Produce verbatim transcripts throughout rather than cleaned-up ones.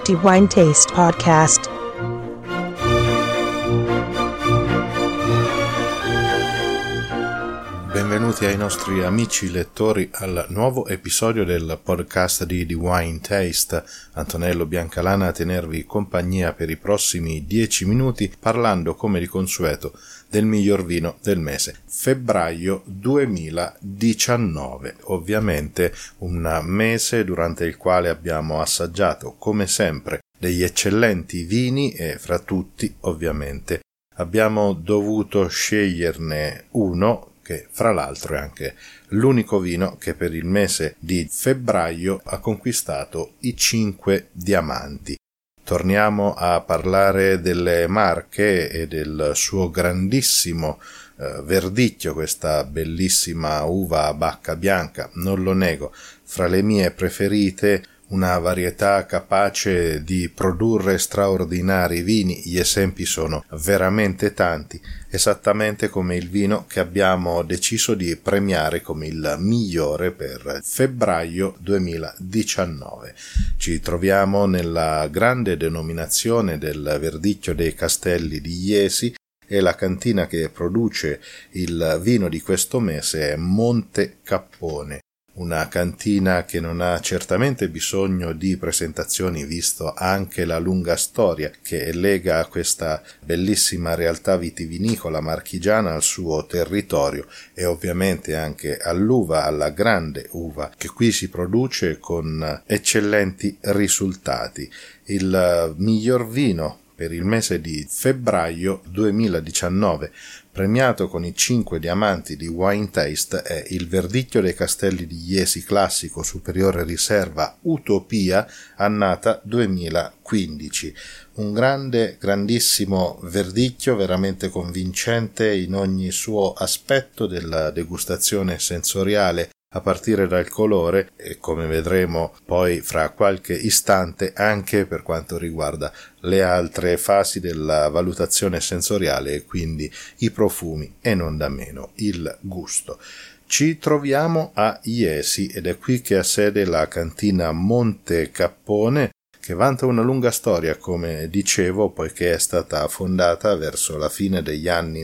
The Wine Taste Podcast. Benvenuti ai nostri amici lettori al nuovo episodio del podcast di The Wine Taste. Antonello Biancalana a tenervi compagnia per i prossimi dieci minuti parlando come di consueto del miglior vino del mese, febbraio duemiladiciannove. Ovviamente un mese durante il quale abbiamo assaggiato come sempre degli eccellenti vini e fra tutti ovviamente abbiamo dovuto sceglierne uno che fra l'altro è anche l'unico vino che per il mese di febbraio ha conquistato i cinque diamanti. Torniamo a parlare delle Marche e del suo grandissimo eh, verdicchio, questa bellissima uva a bacca bianca, non lo nego, fra le mie preferite, una varietà capace di produrre straordinari vini. Gli esempi sono veramente tanti, esattamente come il vino che abbiamo deciso di premiare come il migliore per febbraio duemiladiciannove. Ci troviamo nella grande denominazione del verdicchio dei Castelli di Jesi e la cantina che produce il vino di questo mese è Monte Cappone. Una cantina che non ha certamente bisogno di presentazioni, visto anche la lunga storia che lega questa bellissima realtà vitivinicola marchigiana al suo territorio e ovviamente anche all'uva, alla grande uva che qui si produce con eccellenti risultati. Il miglior vino per il mese di febbraio duemiladiciannove, premiato con i cinque diamanti di Wine Taste, è il verdicchio dei Castelli di Jesi classico superiore riserva Utopia, annata duemilaquindici. Un grande, grandissimo verdicchio, veramente convincente in ogni suo aspetto della degustazione sensoriale, a partire dal colore e, come vedremo poi fra qualche istante, anche per quanto riguarda le altre fasi della valutazione sensoriale e quindi i profumi e non da meno il gusto. Ci troviamo a Jesi ed è qui che ha sede la cantina Monte Cappone, che vanta una lunga storia, come dicevo, poiché è stata fondata verso la fine degli anni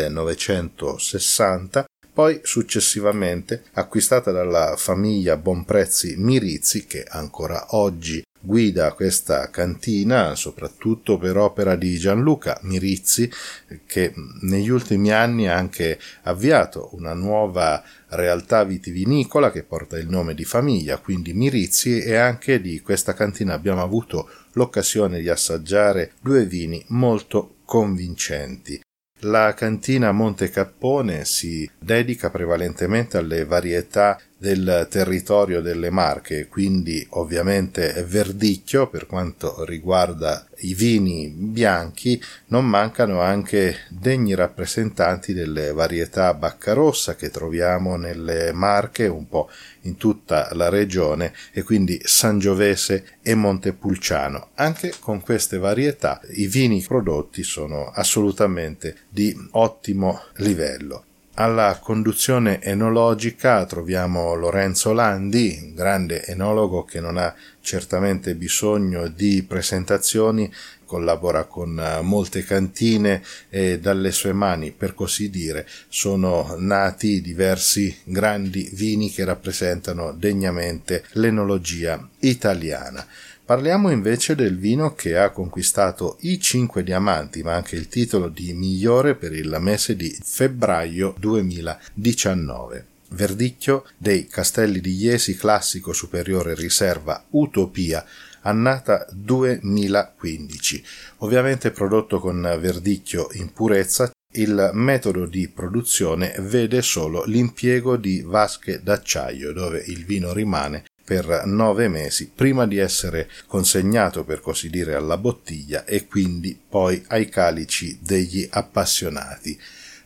millenovecentosessanta, poi successivamente acquistata dalla famiglia Bonprezzi Mirizzi, che ancora oggi guida questa cantina, soprattutto per opera di Gianluca Mirizzi, che negli ultimi anni ha anche avviato una nuova realtà vitivinicola che porta il nome di famiglia, quindi Mirizzi, e anche di questa cantina abbiamo avuto l'occasione di assaggiare due vini molto convincenti. La cantina Monte Cappone si dedica prevalentemente alle varietà del territorio delle Marche, quindi ovviamente è verdicchio. Per quanto riguarda i vini bianchi non mancano anche degni rappresentanti delle varietà Baccarossa che troviamo nelle Marche un po' in tutta la regione, e quindi Sangiovese e Montepulciano. Anche con queste varietà i vini prodotti sono assolutamente di ottimo livello. Alla conduzione enologica troviamo Lorenzo Landi, un grande enologo che non ha certamente bisogno di presentazioni, collabora con molte cantine e dalle sue mani, per così dire, sono nati diversi grandi vini che rappresentano degnamente l'enologia italiana. Parliamo invece del vino che ha conquistato i cinque diamanti, ma anche il titolo di migliore per il mese di febbraio duemiladiciannove. Verdicchio dei Castelli di Jesi classico superiore riserva Utopia, annata duemilaquindici. Ovviamente prodotto con verdicchio in purezza, il metodo di produzione vede solo l'impiego di vasche d'acciaio, dove il vino rimane per nove mesi prima di essere consegnato, per così dire, alla bottiglia e quindi poi ai calici degli appassionati.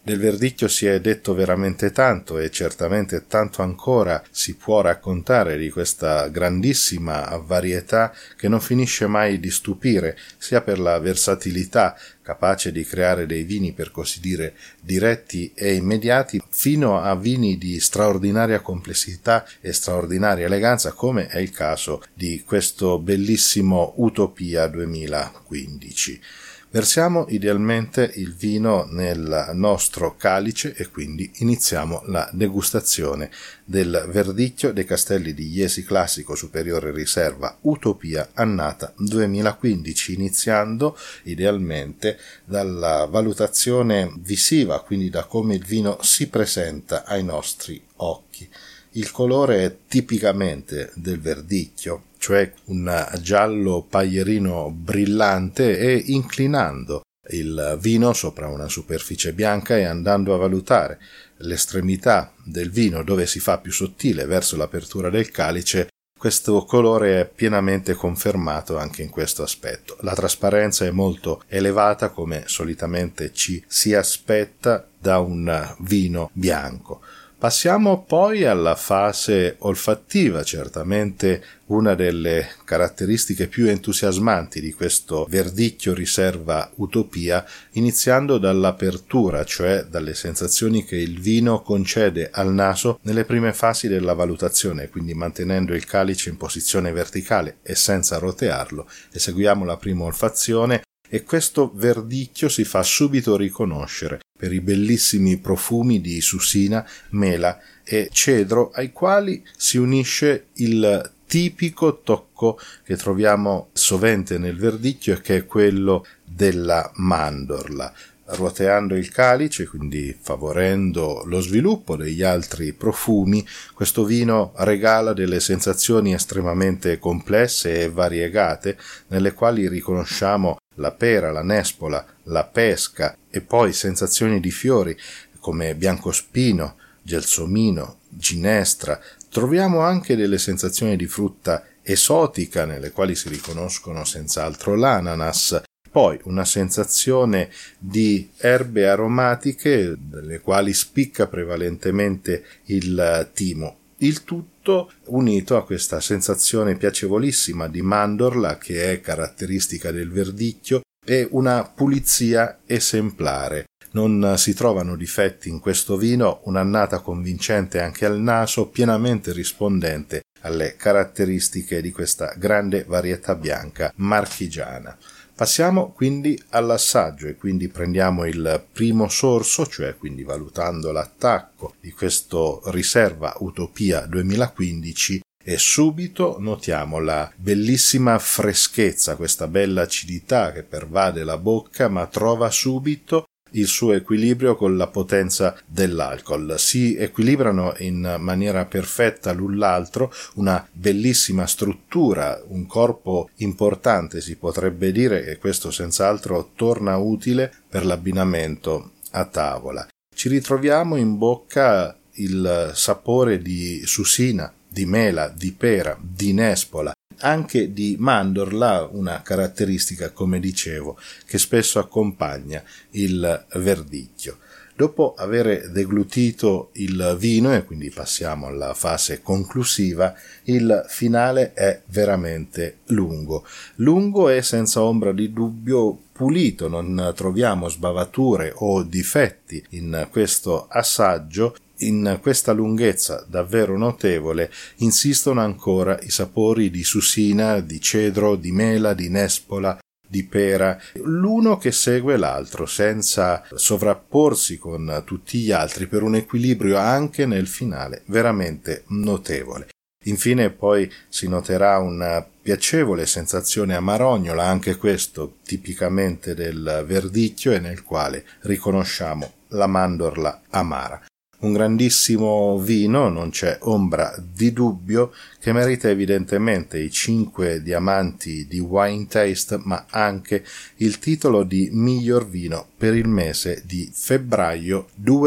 Del Verdicchio si è detto veramente tanto e certamente tanto ancora si può raccontare di questa grandissima varietà che non finisce mai di stupire, sia per la versatilità capace di creare dei vini per così dire diretti e immediati, fino a vini di straordinaria complessità e straordinaria eleganza, come è il caso di questo bellissimo Utopia duemilaquindici. Versiamo idealmente il vino nel nostro calice e quindi iniziamo la degustazione del Verdicchio dei Castelli di Jesi Classico Superiore Riserva Utopia annata duemilaquindici, iniziando idealmente dalla valutazione visiva, quindi da come il vino si presenta ai nostri occhi. Il colore è tipicamente del Verdicchio, cioè un giallo paglierino brillante, e inclinando il vino sopra una superficie bianca e andando a valutare l'estremità del vino dove si fa più sottile verso l'apertura del calice, questo colore è pienamente confermato anche in questo aspetto. La trasparenza è molto elevata, come solitamente ci si aspetta da un vino bianco. Passiamo poi alla fase olfattiva, certamente una delle caratteristiche più entusiasmanti di questo Verdicchio Riserva Utopia, iniziando dall'apertura, cioè dalle sensazioni che il vino concede al naso nelle prime fasi della valutazione, quindi mantenendo il calice in posizione verticale e senza rotearlo. Eseguiamo la prima olfazione e questo Verdicchio si fa subito riconoscere per i bellissimi profumi di susina, mela e cedro, ai quali si unisce il tipico tocco che troviamo sovente nel Verdicchio, e che è quello della mandorla. Ruoteando il calice, quindi favorendo lo sviluppo degli altri profumi, questo vino regala delle sensazioni estremamente complesse e variegate, nelle quali riconosciamo la pera, la nespola, la pesca e poi sensazioni di fiori come biancospino, gelsomino, ginestra. Troviamo anche delle sensazioni di frutta esotica, nelle quali si riconoscono senz'altro l'ananas, poi una sensazione di erbe aromatiche, delle quali spicca prevalentemente il timo. Il tutto unito a questa sensazione piacevolissima di mandorla, che è caratteristica del Verdicchio, e una pulizia esemplare. Non si trovano difetti in questo vino, un'annata convincente anche al naso, pienamente rispondente alle caratteristiche di questa grande varietà bianca marchigiana. Passiamo quindi all'assaggio e quindi prendiamo il primo sorso, cioè quindi valutando l'attacco di questo Riserva Utopia duemilaquindici, e subito notiamo la bellissima freschezza, questa bella acidità che pervade la bocca, ma trova subito il suo equilibrio con la potenza dell'alcol. Si equilibrano in maniera perfetta l'un l'altro, una bellissima struttura, un corpo importante, si potrebbe dire, e questo senz'altro torna utile per l'abbinamento a tavola. Ci ritroviamo in bocca il sapore di susina, di mela, di pera, di nespola, anche di mandorla, una caratteristica, come dicevo, che spesso accompagna il Verdicchio. Dopo aver deglutito il vino, e quindi passiamo alla fase conclusiva, il finale è veramente lungo. Lungo e senza ombra di dubbio pulito, non troviamo sbavature o difetti in questo assaggio. In questa lunghezza davvero notevole insistono ancora i sapori di susina, di cedro, di mela, di nespola, di pera, l'uno che segue l'altro senza sovrapporsi con tutti gli altri, per un equilibrio anche nel finale veramente notevole. Infine poi si noterà una piacevole sensazione amarognola, anche questo tipicamente del Verdicchio, e nel quale riconosciamo la mandorla amara. Un grandissimo vino, non c'è ombra di dubbio, che merita evidentemente i cinque diamanti di Wine Taste, ma anche il titolo di miglior vino per il mese di febbraio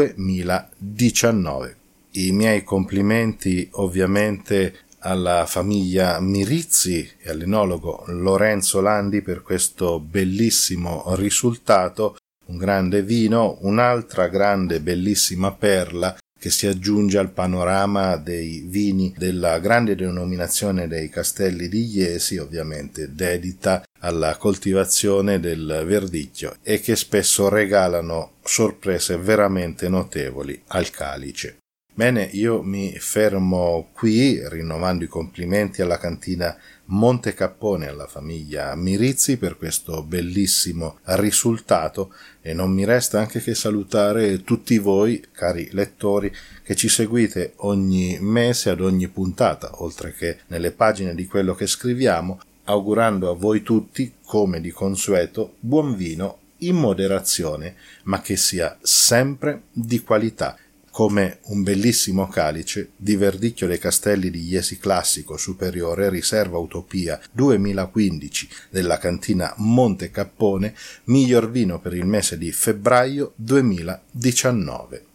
duemiladiciannove. I miei complimenti ovviamente alla famiglia Mirizzi e all'enologo Lorenzo Landi per questo bellissimo risultato. un grande vino, un'altra grande bellissima perla che si aggiunge al panorama dei vini della grande denominazione dei Castelli di Jesi, ovviamente dedita alla coltivazione del verdicchio e che spesso regalano sorprese veramente notevoli al calice. Bene, io mi fermo qui rinnovando i complimenti alla cantina Monte Cappone e alla famiglia Mirizzi per questo bellissimo risultato e non mi resta anche che salutare tutti voi, cari lettori, che ci seguite ogni mese ad ogni puntata, oltre che nelle pagine di quello che scriviamo, augurando a voi tutti, come di consueto, buon vino in moderazione, ma che sia sempre di qualità, come un bellissimo calice di Verdicchio dei Castelli di Jesi Classico Superiore Riserva Utopia duemilaquindici della cantina Monte Cappone, miglior vino per il mese di febbraio duemiladiciannove.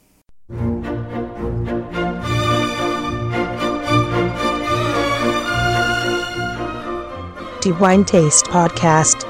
The Wine Taste Podcast.